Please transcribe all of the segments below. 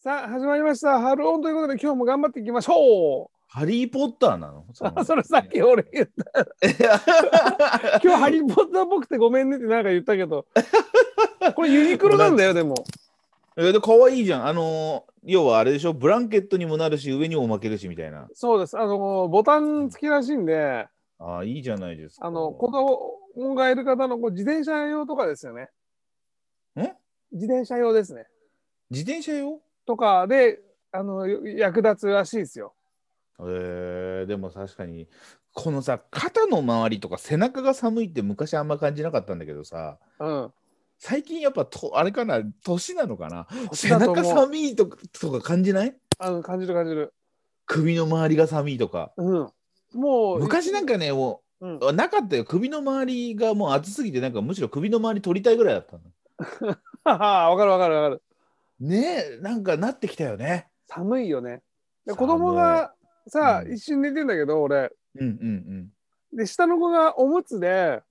さあ始まりました。春オンということで今日も頑張っていきましょハリー・ポッターなのう。それさっき俺言った。今日ハリー・ポッターっぽくてごめんねってなんか言ったけど、これユニクロなんだよでも。 で可愛いじゃん。要はあれでしょ、ブランケットにもなるし、上にも巻けるしみたいな。 そうです。ボタン付きらしいんで、 ああ、いいじゃないですか。 子供がいる方の自転車用とかですよね。自転車用ですね。 自転車用とかで、役立つらしいですよ。 でも確かに、このさ、肩の周りとか背中が寒いって昔あんま感じなかったんだけどさ、最近やっぱあれかな、年なのかな、背中寒いとか感じない？ 感じる感じる。 首の周りが寒いとか。 もう昔なんかね、もう、なかったよ。首の周りがもう暑すぎて、なんかむしろ首の周り取りたいぐらいだったの。 わかるわかるわかる。 ねえ、なんかなってきたよね。 寒いよね。で子供がさ、一緒に寝てんだけど俺、で下の子がおむつで、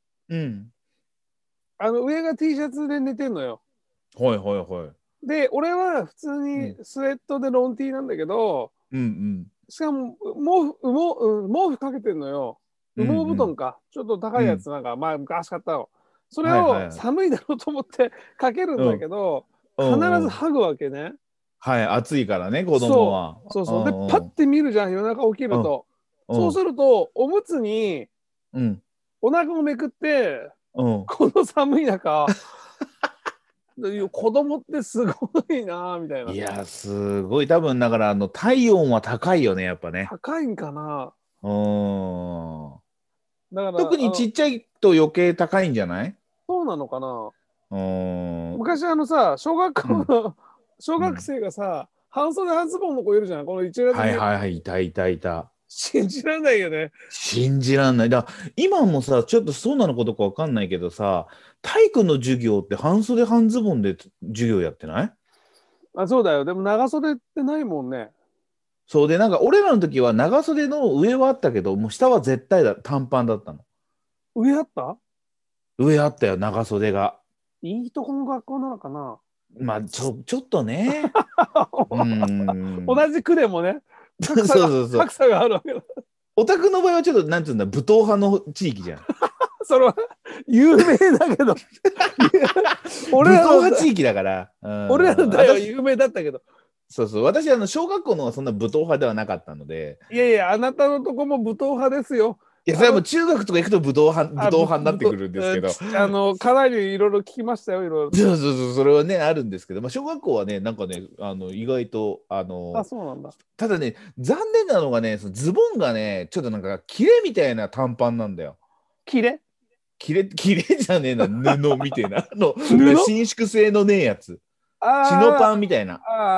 上が T シャツで寝てんのよ。 はいはいはい。 で俺は普通にスウェットでロン T なんだけど、しかも毛布かけてんのよ。羽毛布団か、ちょっと高いやつ、なんか前昔買ったの。それを寒いだろうと思ってかけるんだけど、必ず剥ぐわけね。 はい、暑いからね、子供は。 そうそう。で、パッて見るじゃん、夜中起きると。そうすると、おむつにお腹をめくって、この寒い中、子供ってすごいなみたいな。 いや、すごい。多分、だから体温は高いよね、やっぱね。 高いんかな。 だから特にちっちゃいと余計高いんじゃない？ そうなのかな。昔さ、小学校の小学生がさ、半袖半ズボンの子いるじゃん、この1月に。 はいはいはい、いたいたいた。 信じらんないよね。 信じらんない。今もさ、ちょっとそうなのことかわかんないけどさ、体育の授業って半袖半ズボンで授業やってない？ そうだよ。でも長袖ってないもんね。 そうで、なんか俺らの時は長袖の上はあったけど、もう下は絶対短パンだったの。 上あった？ 上あったよ、長袖が。 いいとこの学校なのかな。 まあ、ちょっとね。 同じ区でもね、 そうそうそう。 格差があるわけだ。 お宅の場合はちょっと、なんていうんだ、武闘派の地域じゃん。 それは有名だけど。 武闘派地域だから。 俺らの代は有名だったけど。 そうそう。私、小学校のはそんな武闘派ではなかったので。 いやいや、あなたのとこも武闘派ですよ。 いや、それはもう中学とか行くと武闘派になってくるんですけど。 かなりいろいろ聞きましたよ、いろいろ。 そうそうそう、それはね、あるんですけど、小学校はね、なんかね、意外と、 そうなんだ。 ただね、残念なのがね、そのズボンがね、ちょっとなんか、キレみたいな短パンなんだよ。 キレじゃねえな、布みたいな。伸縮性のねえやつ。チノパンみたいな。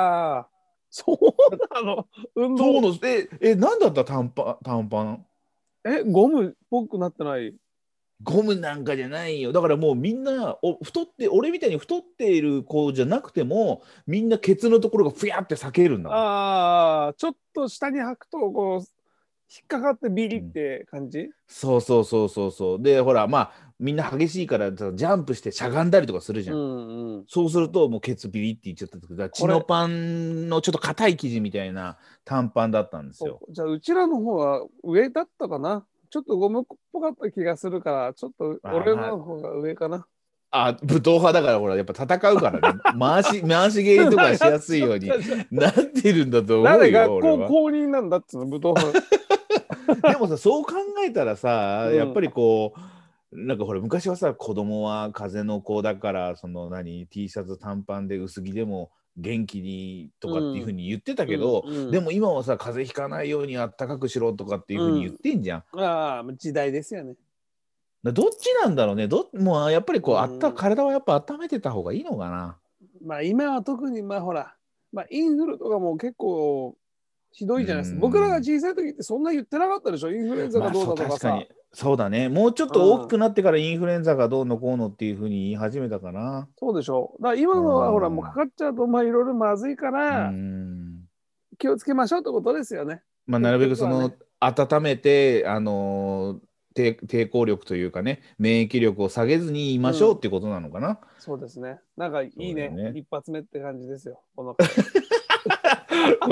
そうなの？運動。 そうの、なんだった短パン？ ゴムっぽくなってない？ ゴムなんかじゃないよ。だからもうみんな俺みたいに太っている子じゃなくても、みんなケツのところがふやって裂けるんだ。 ちょっと下に履くとこう引っかかってビリって感じ？ そうそうそうそうそう。で、ほら、まあみんな激しいからジャンプしてしゃがんだりとかするじゃん。そうするともうケツビリっていっちゃった時だ。チノパンのちょっと硬い生地みたいな短パンだったんですよ。 じゃあうちらの方は上だったかな。ちょっとゴムっぽかった気がするから、ちょっと俺の方が上かな。 武闘派だから、ほら、やっぱ戦うからね。回し蹴りとかしやすいようになってるんだと思うよ。 なんで学校公認なんだっつうの、武闘派。 でもさ、そう考えたらさ、やっぱりこう、なんかほら、昔はさ、子供は風の子だから、T シャツ短パンで薄着でも元気にとかっていうふうに言ってたけど、でも今はさ、風邪ひかないようにあったかくしろとかっていうふうに言ってんじゃん。 時代ですよね。 どっちなんだろうね。もうやっぱりこう、体はやっぱ温めてた方がいいのかな。 まあ今は特にほら、インフルとかも結構ひどいじゃないですか。僕らが小さい時ってそんな言ってなかったでしょ、インフルエンザがどうだとかさ。 確かにそうだね。もうちょっと大きくなってからインフルエンザがどうのこうのっていうふうに言い始めたかな。 そうでしょ。だから今のはほらもうかかっちゃうといろいろまずいから気をつけましょうってことですよね。 なるべく温めて抵抗力というかね、免疫力を下げずに言いましょうってことなのかな。 そうですね。なんかいいね。一発目って感じですよ。この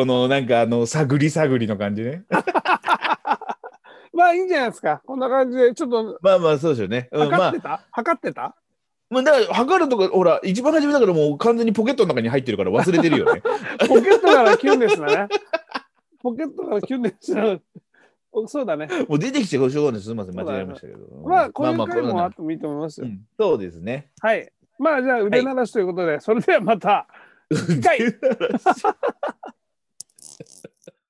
このなんか探り探りの感じね。 まあいいんじゃないですか。こんな感じでちょっと。 まあまあそうですよね。 測ってた？測ってた？ まあだから測るとかほら一番初めだからもう完全にポケットの中に入ってるから忘れてるよね。 ポケットからキュンですね。ポケットからキュンです。そうだね。 もう出てきてごしょうがない。すみません間違えましたけど。 まあこういう回もあってもいいと思いますよ。 そうですね。 はい。まあじゃあ腕鳴らしということで、それではまた次回。